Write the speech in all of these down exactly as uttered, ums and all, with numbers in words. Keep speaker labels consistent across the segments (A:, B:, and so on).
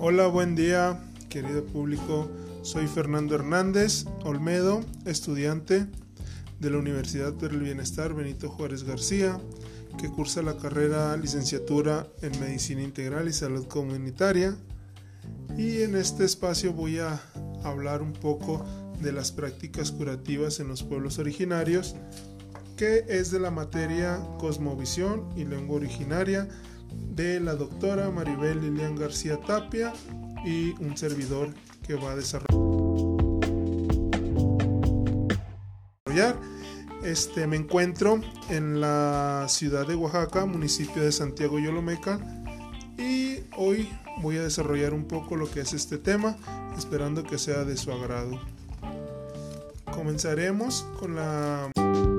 A: Hola, buen día, querido público. Soy Fernando Hernández Olmedo, estudiante de la Universidad para el Bienestar Benito Juárez García, que cursa la carrera licenciatura en Medicina Integral y Salud Comunitaria. Y en este espacio voy a hablar un poco de las prácticas curativas en los pueblos originarios, que es de la materia Cosmovisión y Lengua Originaria de la doctora Maribel Lilian García Tapia y un servidor que va a desarrollar. Este, me encuentro en la ciudad de Oaxaca, municipio de Santiago Yolomeca, y hoy voy a desarrollar un poco lo que es este tema, esperando que sea de su agrado. Comenzaremos con la...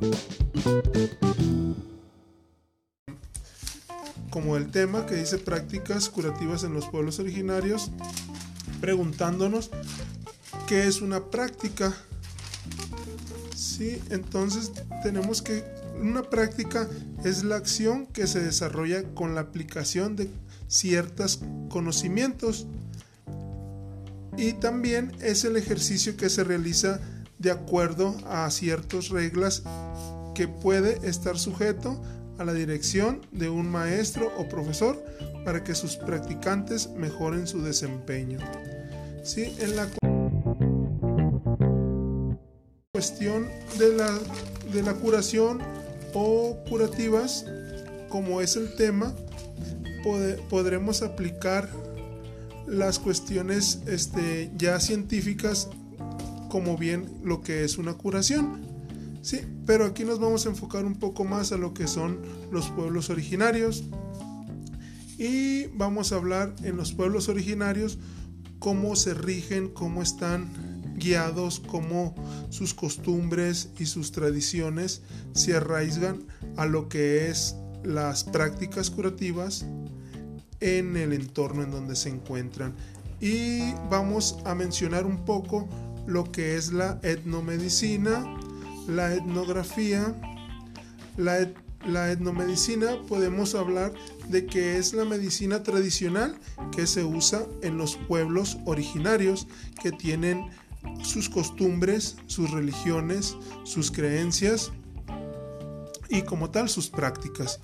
A: como el tema que dice prácticas curativas en los pueblos originarios, preguntándonos qué es una práctica. Sí, entonces tenemos que una práctica es la acción que se desarrolla con la aplicación de ciertos conocimientos, y también es el ejercicio que se realiza de acuerdo a ciertas reglas que puede estar sujeto a la dirección de un maestro o profesor para que sus practicantes mejoren su desempeño. Sí, en la cuestión de la, de la curación o curativas, como es el tema, pod- podremos aplicar las cuestiones este, ya científicas, como bien lo que es una curación. Sí, pero aquí nos vamos a enfocar un poco más a lo que son los pueblos originarios, y vamos a hablar en los pueblos originarios cómo se rigen, cómo están guiados, cómo sus costumbres y sus tradiciones se arraigan a lo que es las prácticas curativas en el entorno en donde se encuentran. Y vamos a mencionar un poco lo que es la etnomedicina, la etnografía. La, et- la etnomedicina podemos hablar de que es la medicina tradicional que se usa en los pueblos originarios, que tienen sus costumbres, sus religiones, sus creencias y como tal sus prácticas.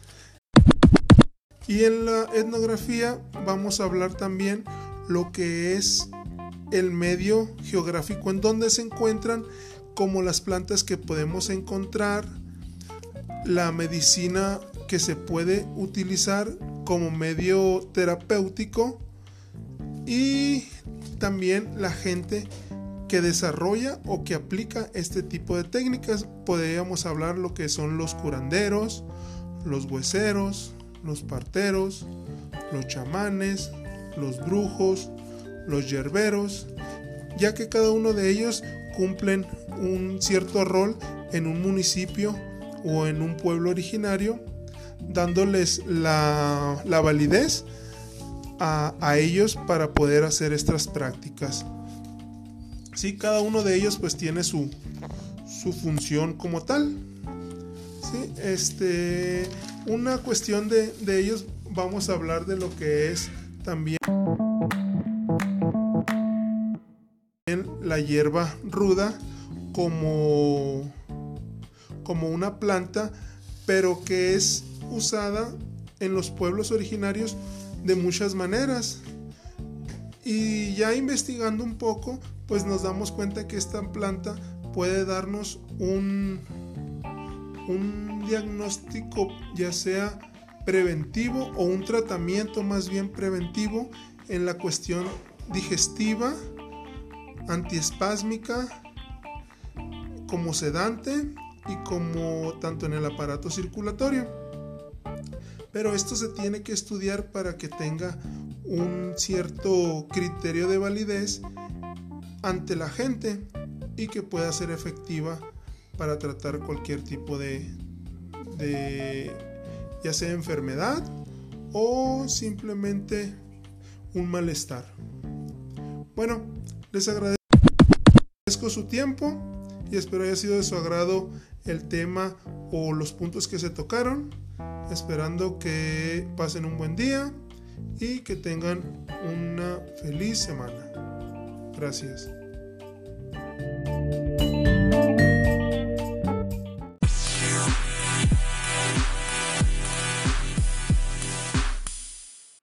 A: Y en la etnografía vamos a hablar también lo que es el medio geográfico en donde se encuentran, como las plantas que podemos encontrar, la medicina que se puede utilizar como medio terapéutico, y también la gente que desarrolla o que aplica este tipo de técnicas. Podríamos hablar lo que son los curanderos, los hueseros, los parteros, los chamanes, los brujos, los yerberos, ya que cada uno de ellos cumplen un cierto rol en un municipio o en un pueblo originario, dándoles la, la validez a, a ellos para poder hacer estas prácticas. Sí, cada uno de ellos pues tiene su, su función como tal. Sí, este, una cuestión de, de ellos, vamos a hablar de lo que es también la hierba ruda como, como una planta, pero que es usada en los pueblos originarios de muchas maneras. Y ya investigando un poco, pues nos damos cuenta que esta planta puede darnos un, un diagnóstico, ya sea preventivo o un tratamiento más bien preventivo en la cuestión digestiva, antiespásmica, como sedante y como tanto en el aparato circulatorio. Pero esto se tiene que estudiar para que tenga un cierto criterio de validez ante la gente y que pueda ser efectiva para tratar cualquier tipo de, de ya sea enfermedad o simplemente un malestar. Bueno, les agradezco su tiempo y espero haya sido de su agrado el tema o los puntos que se tocaron, esperando que pasen un buen día y que tengan una feliz semana. Gracias.